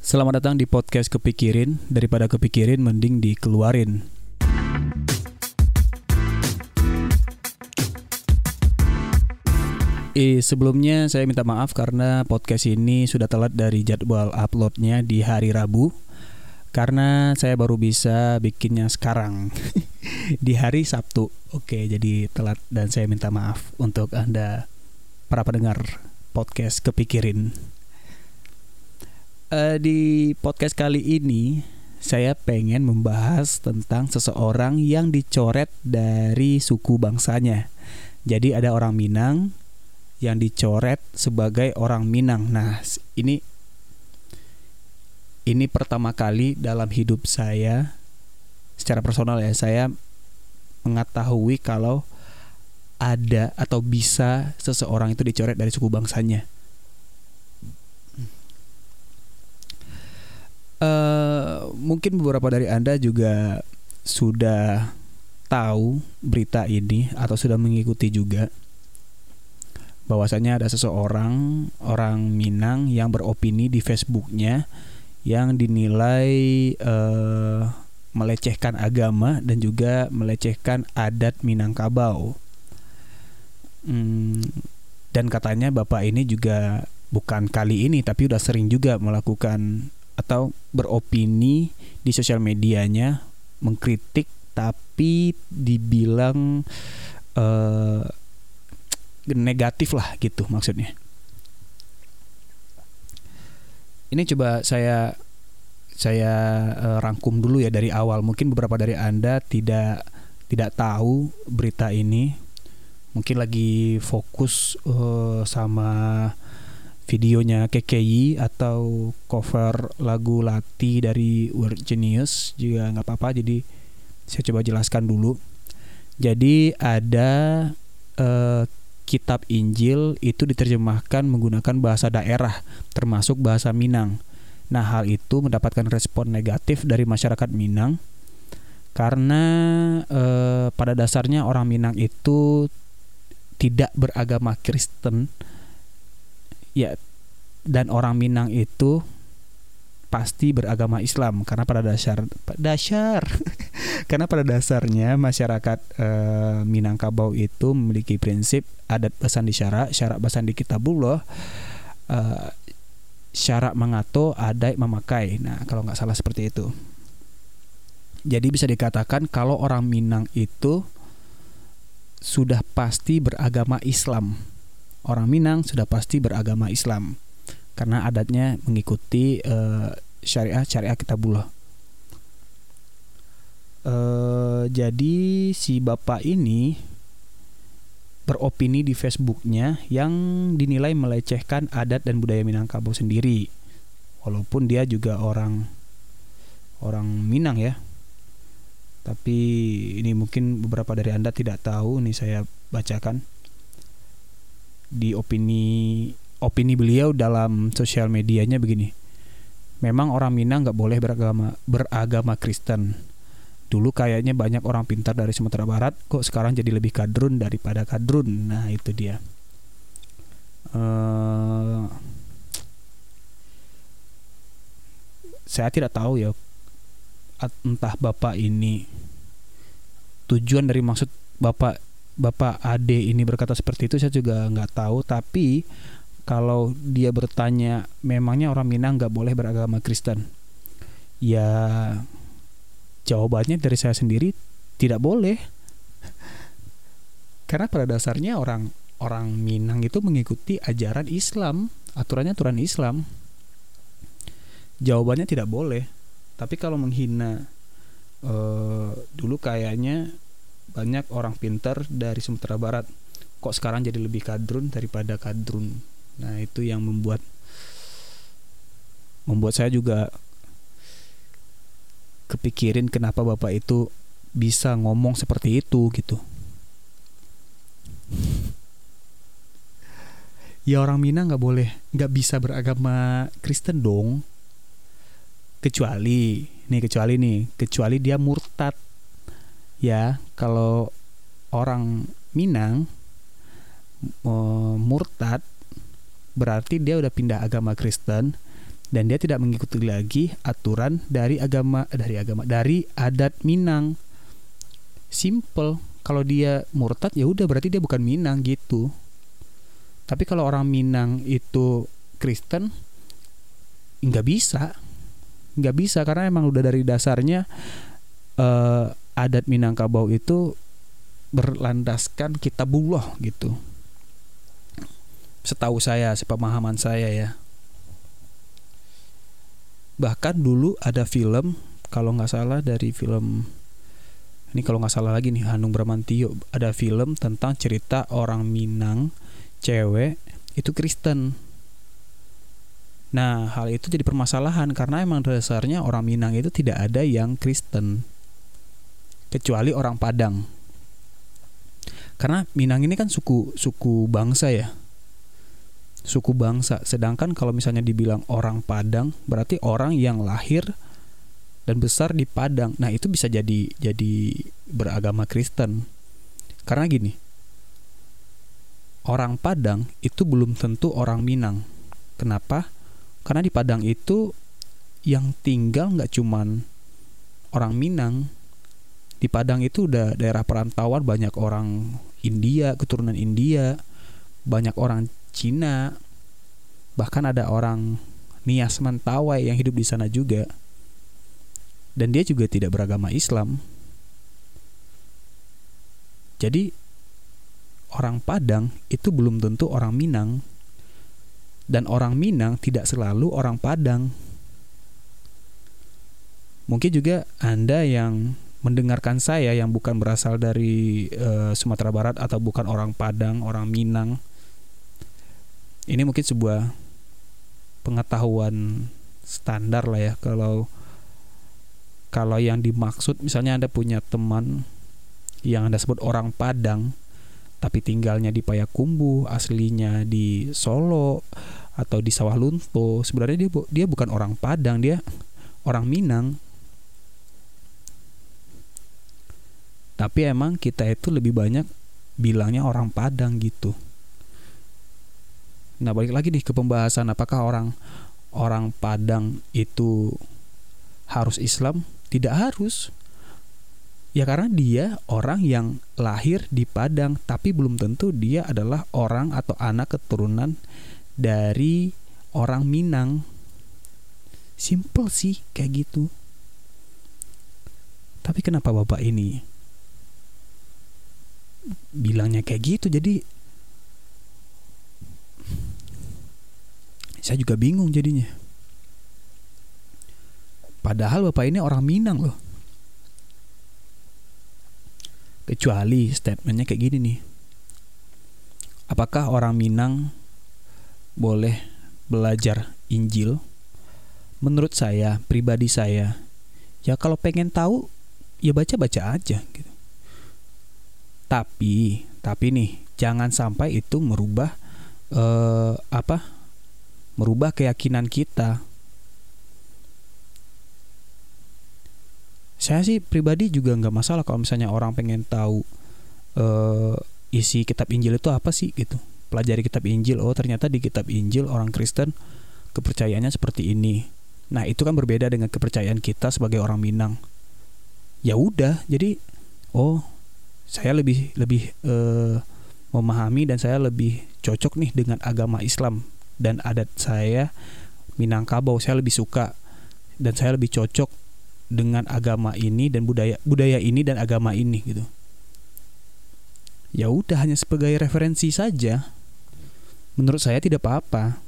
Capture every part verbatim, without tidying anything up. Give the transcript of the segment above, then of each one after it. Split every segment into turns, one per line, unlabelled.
Selamat datang di podcast Kepikirin. Daripada kepikirin mending dikeluarin. Eh, sebelumnya saya minta maaf karena podcast ini sudah telat dari jadwal uploadnya di hari Rabu. Karena saya baru bisa bikinnya sekarang di hari Sabtu. Oke, jadi telat dan saya minta maaf untuk Anda para pendengar podcast Kepikirin. Uh, di podcast kali ini saya pengen membahas tentang seseorang yang dicoret dari suku bangsanya. Jadi ada orang Minang yang dicoret sebagai orang Minang. Nah, ini ini pertama kali dalam hidup saya secara personal ya, saya mengetahui kalau ada atau bisa seseorang itu dicoret dari suku bangsanya. Uh, mungkin beberapa dari Anda juga sudah tahu berita ini atau sudah mengikuti juga bahwasanya ada seseorang orang Minang yang beropini di Facebooknya yang dinilai uh, melecehkan agama dan juga melecehkan adat Minangkabau. Hmm, dan katanya bapak ini juga bukan kali ini tapi udah sering juga melakukan atau beropini di sosial medianya, mengkritik tapi dibilang uh, negatif lah gitu maksudnya. Ini coba saya saya uh, rangkum dulu ya dari awal. Mungkin beberapa dari Anda tidak tidak tahu berita ini. Mungkin lagi fokus uh, sama videonya K K Y atau cover lagu Lati dari Weird Genius juga nggak apa-apa. Jadi saya coba jelaskan dulu. Jadi ada eh, kitab Injil itu diterjemahkan menggunakan bahasa daerah termasuk bahasa Minang. Nah, hal itu mendapatkan respon negatif dari masyarakat Minang karena eh, pada dasarnya orang Minang itu tidak beragama Kristen. Ya, dan orang Minang itu pasti beragama Islam karena pada dasar dasar karena pada dasarnya masyarakat e, Minangkabau itu memiliki prinsip adat basandi syara, syarak basandi kitabullah, e, syarak mengato, adat memakai. Nah, kalau nggak salah seperti itu. Jadi bisa dikatakan kalau orang Minang itu sudah pasti beragama Islam. Orang Minang sudah pasti beragama Islam karena adatnya mengikuti uh, syariah syariah kitabullah. Uh, jadi si bapak ini beropini di Facebooknya yang dinilai melecehkan adat dan budaya Minangkabau sendiri, walaupun dia juga orang orang Minang ya. Tapi ini mungkin beberapa dari Anda tidak tahu, nih saya bacakan. Di opini opini beliau dalam sosial medianya begini. Memang orang Minang nggak boleh beragama beragama Kristen. Dulu kayaknya banyak orang pintar dari Sumatera Barat, kok sekarang jadi lebih kadrun daripada kadrun. Nah, itu dia. Uh, saya tidak tahu ya, entah bapak ini tujuan dari maksud bapak Bapak Ade ini berkata seperti itu saya juga nggak tahu. Tapi kalau dia bertanya memangnya orang Minang nggak boleh beragama Kristen, ya jawabannya dari saya sendiri tidak boleh. Karena pada dasarnya orang orang Minang itu mengikuti ajaran Islam, aturannya aturan Islam. Jawabannya tidak boleh. Tapi kalau menghina eh, dulu kayaknya banyak orang pintar dari Sumatera Barat, kok sekarang jadi lebih kadrun daripada kadrun. Nah, itu yang membuat membuat saya juga kepikirin kenapa bapak itu bisa ngomong seperti itu gitu. Ya, orang Minang nggak boleh, nggak bisa beragama Kristen dong, kecuali nih kecuali nih kecuali dia murtad. Ya, kalau orang Minang uh, murtad berarti dia udah pindah agama Kristen dan dia tidak mengikuti lagi aturan dari agama dari agama dari adat Minang. Simple. Kalau dia murtad ya udah berarti dia bukan Minang gitu. Tapi kalau orang Minang itu Kristen, nggak bisa, nggak bisa karena emang udah dari dasarnya eh, adat Minangkabau itu berlandaskan kitabullah gitu. Setahu saya, sepemahaman saya ya. Bahkan dulu ada film, kalau nggak salah dari film ini kalau nggak salah lagi nih Hanung Bramantyo, ada film tentang cerita orang Minang cewek itu Kristen. Nah, hal itu jadi permasalahan karena emang dasarnya orang Minang itu tidak ada yang Kristen kecuali orang Padang. Karena Minang ini kan suku suku bangsa ya. Suku bangsa. Sedangkan kalau misalnya dibilang orang Padang berarti orang yang lahir dan besar di Padang. Nah, itu bisa jadi jadi beragama Kristen. Karena gini, orang Padang itu belum tentu orang Minang. Kenapa? Karena di Padang itu yang tinggal nggak cuman orang Minang. Di Padang itu udah daerah perantauan, banyak orang India, keturunan India, banyak orang Cina, bahkan ada orang Nias Mentawai yang hidup di sana juga. Dan dia juga tidak beragama Islam. Jadi orang Padang itu belum tentu orang Minang. Dan orang Minang tidak selalu orang Padang. Mungkin juga Anda yang mendengarkan saya yang bukan berasal dari uh, Sumatera Barat atau bukan orang Padang, orang Minang. Ini mungkin sebuah pengetahuan standar lah ya. Kalau kalau yang dimaksud misalnya Anda punya teman yang Anda sebut orang Padang tapi tinggalnya di Payakumbuh, aslinya di Solo atau di Sawah Lunto, sebenarnya dia dia bukan orang Padang, dia orang Minang. Tapi emang kita itu lebih banyak bilangnya orang Padang gitu. Nah, balik lagi nih ke pembahasan apakah orang orang Padang itu harus Islam? Tidak harus. Ya karena dia orang yang lahir di Padang, tapi belum tentu dia adalah orang atau anak keturunan dari orang Minang. Simple sih kayak gitu. Tapi kenapa Bapak ini bilangnya kayak gitu? Jadi saya juga bingung jadinya. Padahal Bapak ini orang Minang loh. Kecuali statementnya kayak gini nih. Apakah orang Minang boleh belajar Injil? Menurut saya, pribadi saya, ya kalau pengen tahu ya baca-baca aja gitu. Tapi, tapi nih, jangan sampai itu merubah eh, apa? Merubah keyakinan kita. Saya sih pribadi juga nggak masalah kalau misalnya orang pengen tahu eh, isi kitab Injil itu apa sih gitu. Pelajari kitab Injil. Oh, ternyata di kitab Injil orang Kristen kepercayaannya seperti ini. Nah, itu kan berbeda dengan kepercayaan kita sebagai orang Minang. Ya udah, jadi oh saya lebih lebih eh, memahami dan saya lebih cocok nih dengan agama Islam dan adat saya Minangkabau. Saya lebih suka dan saya lebih cocok dengan agama ini dan budaya budaya ini dan agama ini gitu. Ya udah, hanya sebagai referensi saja. Menurut saya tidak apa-apa.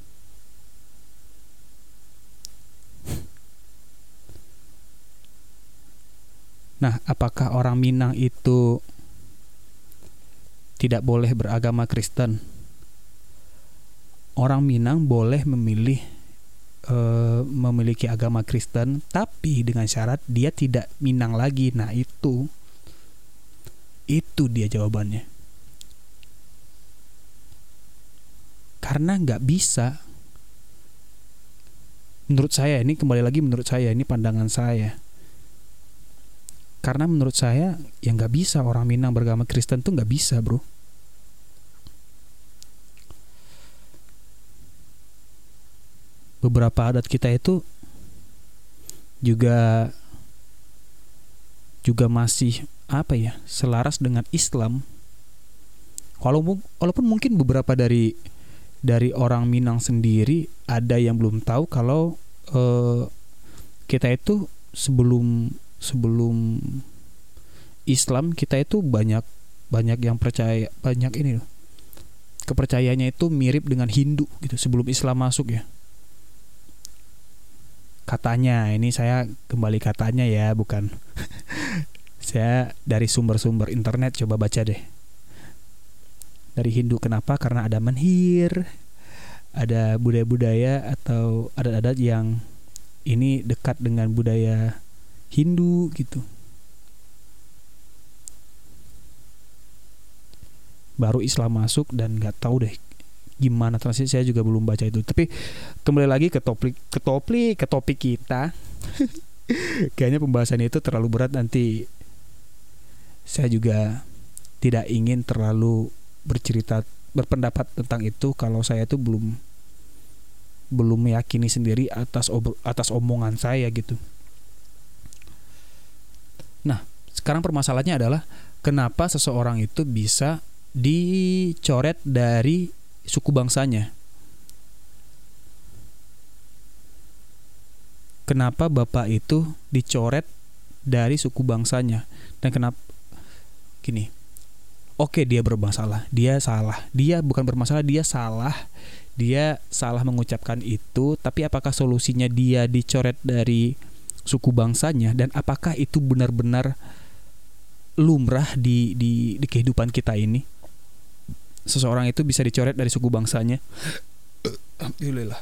Nah, apakah orang Minang itu tidak boleh beragama Kristen? Orang Minang boleh memilih e, memiliki agama Kristen, tapi dengan syarat dia tidak Minang lagi. Nah, itu itu dia jawabannya. Karena nggak bisa. Menurut saya, ini kembali lagi menurut saya, ini pandangan saya. Karena menurut saya ya nggak bisa orang Minang beragama Kristen tuh nggak bisa, bro. beberapa adat kita itu juga juga masih apa ya, selaras dengan Islam. Walaupun walaupun mungkin beberapa dari dari orang Minang sendiri ada yang belum tahu kalau eh, kita itu sebelum sebelum Islam kita itu banyak banyak yang percaya, banyak ini loh, kepercayaannya itu mirip dengan Hindu gitu sebelum Islam masuk ya. Katanya, ini saya kembali katanya ya, bukan saya dari sumber-sumber internet, coba baca deh. Dari Hindu, kenapa? Karena ada menhir, ada budaya-budaya atau adat-adat yang ini dekat dengan budaya Hindu gitu. Baru Islam masuk dan nggak tahu deh gimana transisi, saya juga belum baca itu. Tapi kembali lagi ke topik ke topik ke topik kita. Kayaknya pembahasan itu terlalu berat, nanti saya juga tidak ingin terlalu bercerita berpendapat tentang itu kalau saya itu belum belum meyakini sendiri atas ob, atas omongan saya gitu. Nah, sekarang permasalahannya adalah kenapa seseorang itu bisa dicoret dari suku bangsanya. Kenapa bapak itu dicoret dari suku bangsanya? Dan kenapa gini? Oke, dia bermasalah, dia salah, dia bukan bermasalah, dia salah, dia salah mengucapkan itu. Tapi apakah solusinya dia dicoret dari suku bangsanya, dan apakah itu benar-benar lumrah di di, di kehidupan kita ini? Seseorang itu bisa dicoret dari suku bangsanya. Alhamdulillah.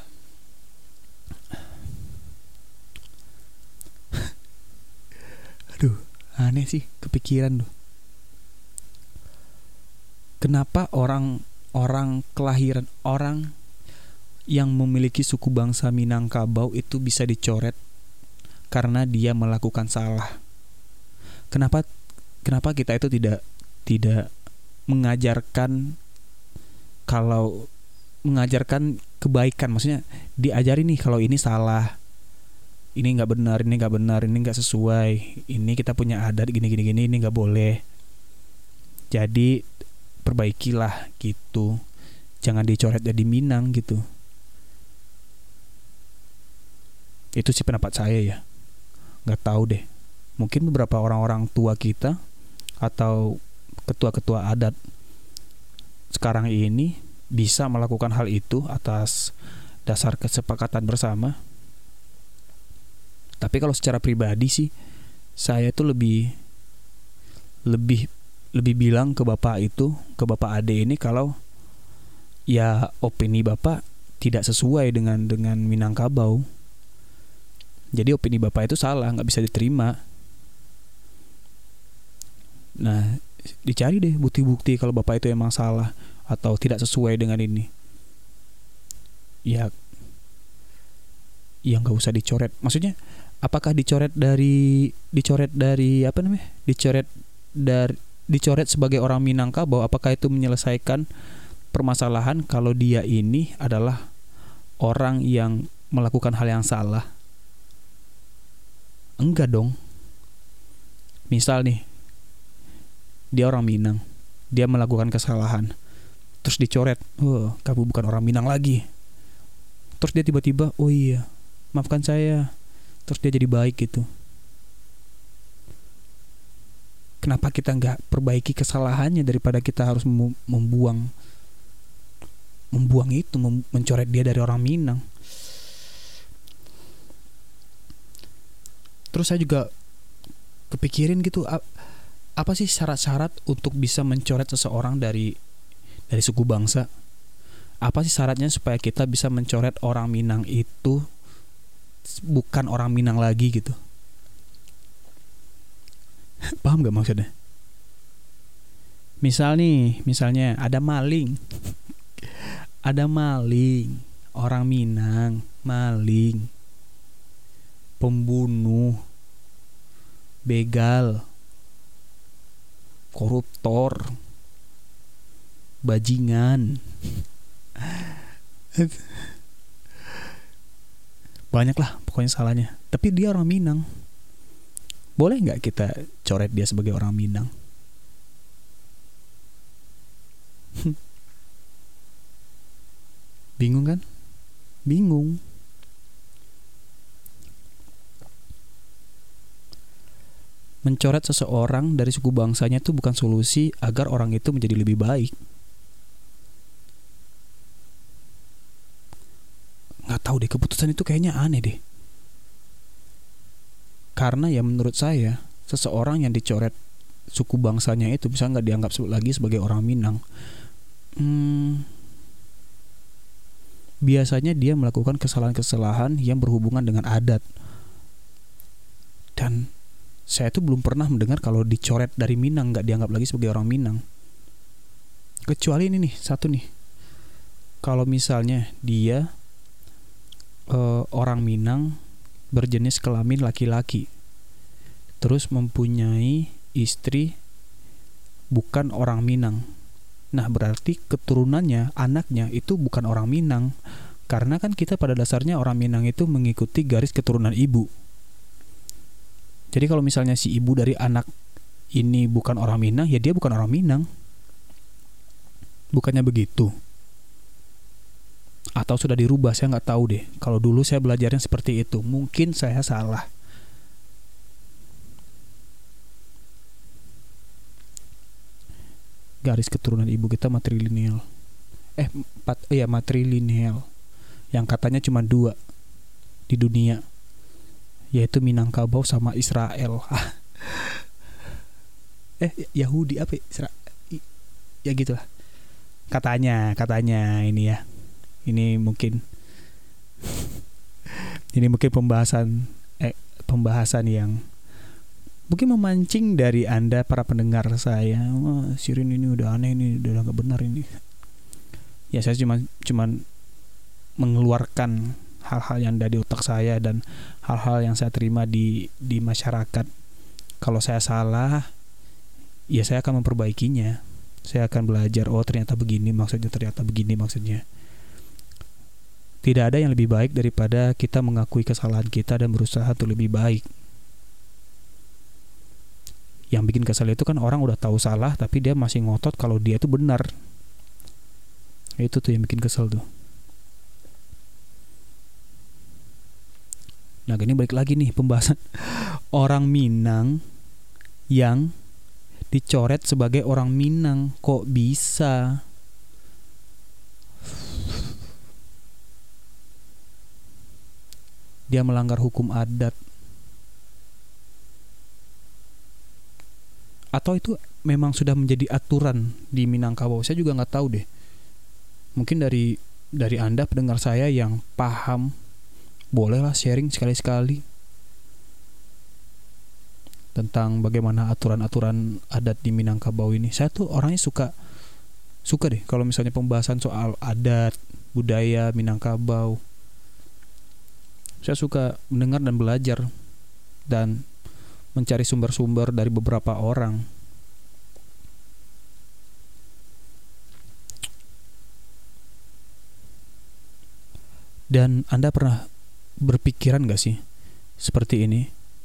Aduh, aneh sih, kepikiran tuh. Kenapa orang-orang kelahiran orang yang memiliki suku bangsa Minangkabau itu bisa dicoret karena dia melakukan salah? Kenapa kenapa kita itu tidak tidak mengajarkan kalau mengajarkan kebaikan, maksudnya diajari nih kalau ini salah, ini nggak benar, ini nggak benar, ini nggak sesuai, ini kita punya adat gini gini gini, ini nggak boleh. Jadi perbaikilah gitu, jangan dicoret jadi Minang gitu. Itu sih pendapat saya ya. Nggak tahu deh, mungkin beberapa orang-orang tua kita atau ketua-ketua adat sekarang ini bisa melakukan hal itu atas dasar kesepakatan bersama. Tapi kalau secara pribadi sih, saya itu lebih lebih lebih bilang ke bapak itu, ke bapak ade ini, kalau ya opini bapak tidak sesuai dengan dengan Minangkabau. Jadi opini bapak itu salah, nggak bisa diterima. Nah, dicari deh bukti-bukti kalau bapak itu emang salah atau tidak sesuai dengan ini. Ya, ya nggak usah dicoret. Maksudnya, apakah dicoret dari dicoret dari apa namanya? Dicoret dari dicoret sebagai orang Minangkabau, apakah itu menyelesaikan permasalahan kalau dia ini adalah orang yang melakukan hal yang salah? Enggak dong. Misal nih, dia orang Minang, dia melakukan kesalahan, terus dicoret, oh kamu bukan orang Minang lagi. Terus dia tiba-tiba, oh iya, maafkan saya, terus dia jadi baik gitu. Kenapa kita nggak perbaiki kesalahannya daripada kita harus membuang membuang itu, mencoret dia dari orang Minang? Terus saya juga kepikirin gitu, apa sih syarat-syarat untuk bisa mencoret seseorang dari dari suku bangsa? Apa sih syaratnya supaya kita bisa mencoret orang Minang itu bukan orang Minang lagi gitu? Paham gak maksudnya? Misal nih, misalnya ada maling. Ada maling, orang Minang, maling, pembunuh, begal, koruptor, bajingan. banyak lah pokoknya salahnya. Tapi dia orang Minang, boleh nggak kita coret dia sebagai orang Minang? Bingung kan? Bingung. Mencoret seseorang dari suku bangsanya itu bukan solusi agar orang itu menjadi lebih baik. Nggak tahu deh, keputusan itu kayaknya aneh deh. Karena ya menurut saya, seseorang yang dicoret suku bangsanya itu bisa nggak dianggap lagi sebagai orang Minang. Hmm, biasanya dia melakukan kesalahan-kesalahan yang berhubungan dengan adat. Dan saya tuh belum pernah mendengar kalau dicoret dari Minang nggak dianggap lagi sebagai orang Minang. Kecuali ini nih, satu nih. Kalau misalnya dia uh, orang Minang berjenis kelamin laki-laki, terus mempunyai istri bukan orang Minang. Nah, berarti keturunannya, anaknya itu bukan orang Minang. Karena kan kita pada dasarnya orang Minang itu mengikuti garis keturunan ibu. Jadi kalau misalnya si ibu dari anak ini bukan orang Minang, ya dia bukan orang Minang. Bukannya begitu? Atau sudah dirubah, saya nggak tahu deh. Kalau dulu saya belajarnya seperti itu, mungkin saya salah. Garis keturunan ibu kita matrilineal. Eh, empat, iya matrilineal. Yang katanya cuma dua di dunia, yaitu Minangkabau sama Israel. eh Yahudi apa Israel? Ya gitulah. Katanya, katanya ini ya. Ini mungkin ini mungkin pembahasan eh pembahasan yang mungkin memancing dari Anda para pendengar saya. Wah, Sirin ini udah aneh, ini udah gak benar ini. Ya saya cuma cuman mengeluarkan hal-hal yang ada di otak saya dan hal-hal yang saya terima di di masyarakat. Kalau saya salah, ya saya akan memperbaikinya. Saya akan belajar, oh ternyata begini maksudnya, ternyata begini maksudnya. Tidak ada yang lebih baik daripada kita mengakui kesalahan kita dan berusaha untuk lebih baik. Yang bikin kesal itu kan orang udah tahu salah tapi dia masih ngotot kalau dia itu benar. Itu tuh yang bikin kesel tuh. Nah, ini balik lagi nih pembahasan orang Minang yang dicoret sebagai orang Minang. Kok bisa? Dia melanggar hukum adat. Atau itu memang sudah menjadi aturan di Minangkabau? Saya juga nggak tahu deh. Mungkin dari dari Anda pendengar saya yang paham, bolehlah sharing sekali-sekali tentang bagaimana aturan-aturan adat di Minangkabau ini. Saya tuh orangnya suka suka deh kalau misalnya pembahasan soal adat, budaya Minangkabau. Saya suka mendengar dan belajar dan mencari sumber-sumber dari beberapa orang. Dan Anda pernah berpikiran gak sih seperti ini?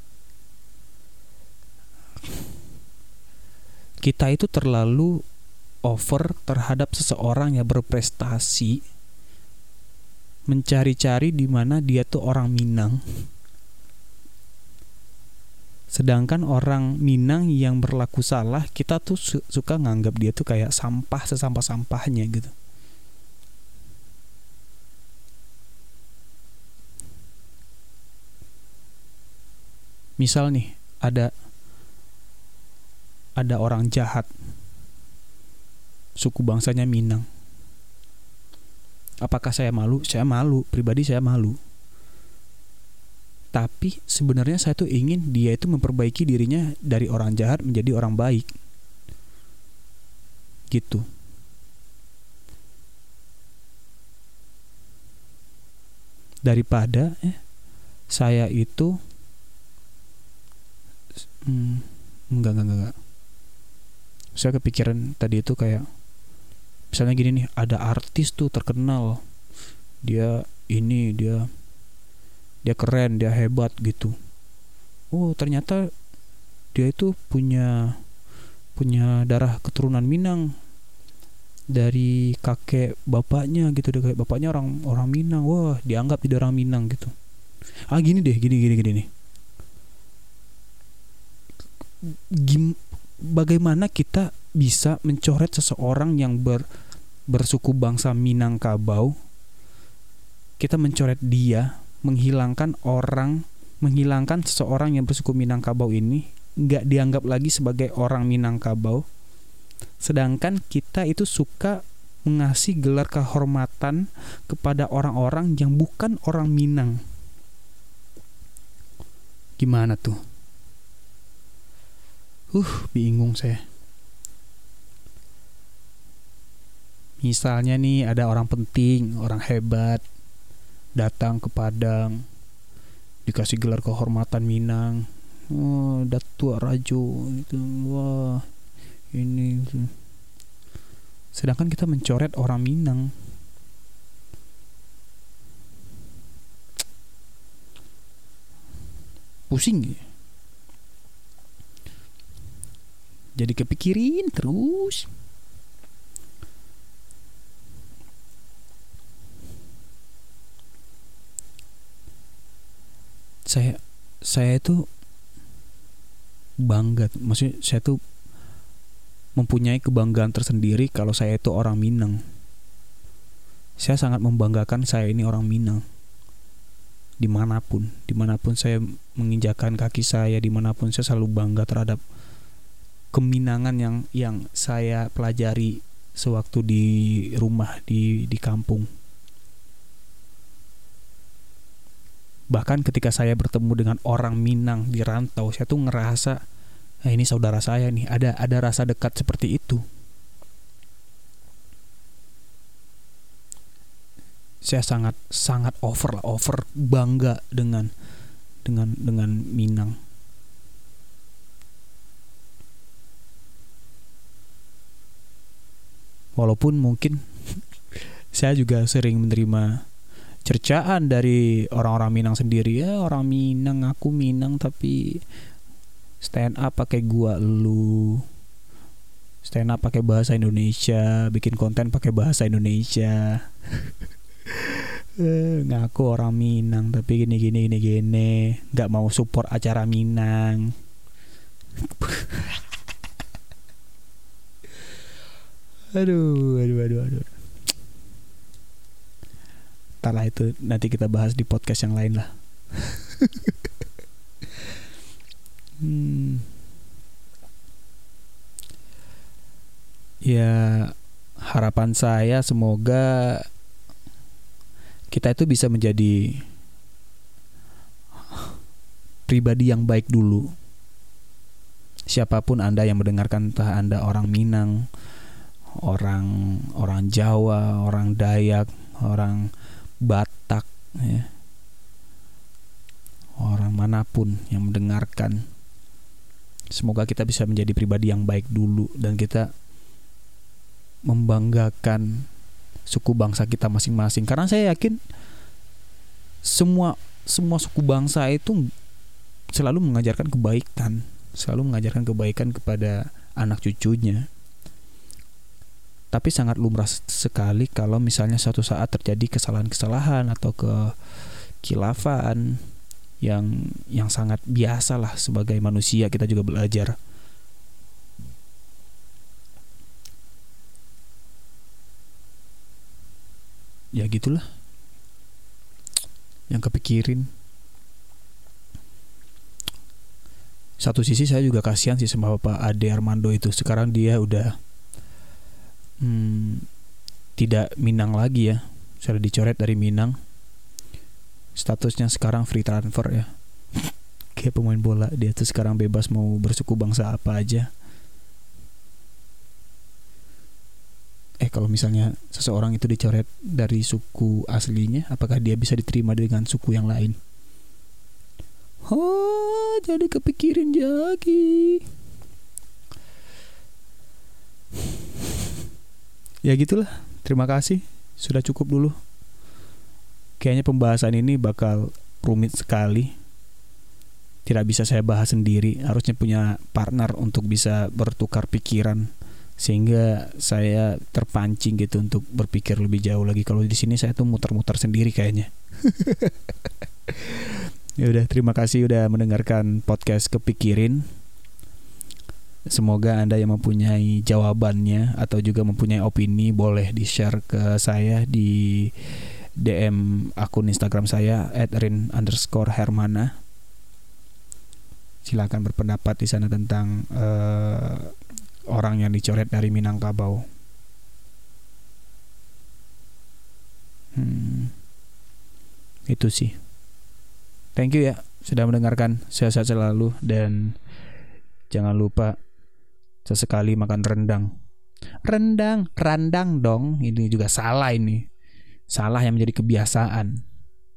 Kita itu terlalu over terhadap seseorang yang berprestasi, mencari-cari di mana dia tuh orang Minang. Sedangkan orang Minang yang berlaku salah, kita tuh su- suka nganggap dia tuh kayak sampah, sesampah-sampahnya gitu. Misal nih, ada ada orang jahat, suku bangsanya Minang. Apakah saya malu? Saya malu, pribadi saya malu. Tapi sebenarnya saya tuh ingin dia itu memperbaiki dirinya dari orang jahat menjadi orang baik. Gitu. Daripada eh, saya itu hmm, enggak, enggak, enggak. Saya kepikiran tadi itu kayak misalnya gini nih, ada artis tuh terkenal. Dia ini, dia dia keren, dia hebat gitu. Oh ternyata dia itu punya punya darah keturunan Minang dari kakek bapaknya gitu, kakek bapaknya orang orang Minang. Wah dianggap dia orang Minang gitu. Ah gini deh, gini gini gini nih. Gim, bagaimana kita bisa mencoret seseorang yang ber, bersuku bangsa Minangkabau? Kita mencoret dia, menghilangkan orang, menghilangkan seseorang yang bersuku Minangkabau ini, nggak dianggap lagi sebagai orang Minangkabau. Sedangkan kita itu suka mengasih gelar kehormatan kepada orang-orang yang bukan orang Minang. Gimana tuh? Uh, bingung saya. Misalnya nih ada orang penting, orang hebat datang ke Padang, dikasih gelar kehormatan Minang. Oh, Datuk Rajo itu. Wah, ini itu. Sedangkan kita mencoret orang Minang. Pusing ya. Jadi kepikirin terus. Saya saya itu bangga, maksudnya saya tuh mempunyai kebanggaan tersendiri kalau saya itu orang Minang. Saya sangat membanggakan saya ini orang Minang. Dimanapun, dimanapun saya menginjakan kaki saya, dimanapun saya selalu bangga terhadap keminangan yang yang saya pelajari sewaktu di rumah di di kampung. Bahkan ketika saya bertemu dengan orang Minang di rantau, saya tuh ngerasa, nah ini saudara saya nih, ada ada rasa dekat seperti itu. Saya sangat sangat over lah, over bangga dengan dengan dengan Minang. Walaupun mungkin saya juga sering menerima cercaan dari orang-orang Minang sendiri, ya orang Minang, aku Minang tapi stand up pakai gua lu, stand up pakai bahasa Indonesia, bikin konten pakai bahasa Indonesia. Ngaku orang Minang tapi gini gini gini gini, nggak mau support acara Minang. Aduh, aduh, aduh, aduh. Entahlah itu, nanti kita bahas di podcast yang lain lah. hmm. Ya, harapan saya semoga kita itu bisa menjadi pribadi yang baik dulu. Siapapun Anda yang mendengarkan, entah Anda orang Minang, orang orang Jawa, orang Dayak, orang Batak, ya, orang manapun yang mendengarkan, semoga kita bisa menjadi pribadi yang baik dulu dan kita membanggakan suku bangsa kita masing-masing. Karena saya yakin semua semua suku bangsa itu selalu mengajarkan kebaikan, selalu mengajarkan kebaikan kepada anak cucunya. Tapi sangat lumrah sekali kalau misalnya suatu saat terjadi kesalahan-kesalahan atau kekhilafan yang yang sangat biasa lah, sebagai manusia kita juga belajar. Ya gitulah yang kepikirin. Satu sisi saya juga kasihan sih sama Bapak Ade Armando itu. Sekarang dia udah Hmm, tidak Minang lagi ya, sudah dicoret dari Minang, statusnya sekarang free transfer ya. Kayak pemain bola, dia tuh sekarang bebas mau bersuku bangsa apa aja. Eh kalau misalnya seseorang itu dicoret dari suku aslinya, apakah dia bisa diterima dengan suku yang lain? Oh, jadi kepikirin lagi. Ya gitulah, terima kasih, sudah cukup dulu. Kayaknya pembahasan ini bakal rumit sekali. Tidak bisa saya bahas sendiri, harusnya punya partner untuk bisa bertukar pikiran, sehingga saya terpancing gitu untuk berpikir lebih jauh lagi. Kalau di sini saya tuh muter-muter sendiri kayaknya. Ya udah, terima kasih udah mendengarkan podcast Kepikirin. Semoga Anda yang mempunyai jawabannya atau juga mempunyai opini boleh di-share ke saya di D M akun Instagram saya et rin underscore hermana. Silakan berpendapat di sana tentang uh, orang yang dicoret dari Minangkabau. Hmm, itu sih. Thank you ya sudah mendengarkan. Sehat-sehat selalu dan jangan lupa sesekali makan rendang. Rendang, randang dong. Ini juga salah ini. Salah yang menjadi kebiasaan.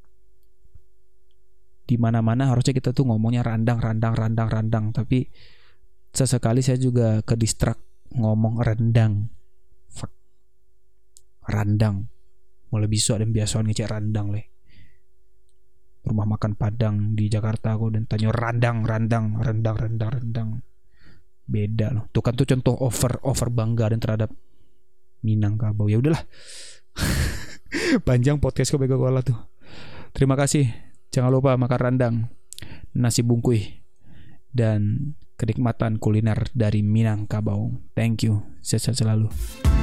Di mana-mana harusnya kita tuh ngomongnya randang, randang, randang, randang. Tapi sesekali saya juga ke distrak ngomong rendang. Fuck. Randang. Mulai besok dan biasa ngecek randang leh. Rumah makan Padang di Jakarta aku dan tanya randang, randang, rendang, rendang, rendang. Beda loh. Tuh kan tuh contoh over over bangga dan terhadap Minangkabau. Ya udahlah. Panjang podcast kok bego kola tuh. Terima kasih. Jangan lupa makan rendang, nasi bungkui, dan kenikmatan kuliner dari Minangkabau. Thank you. Sehat-sehat selalu.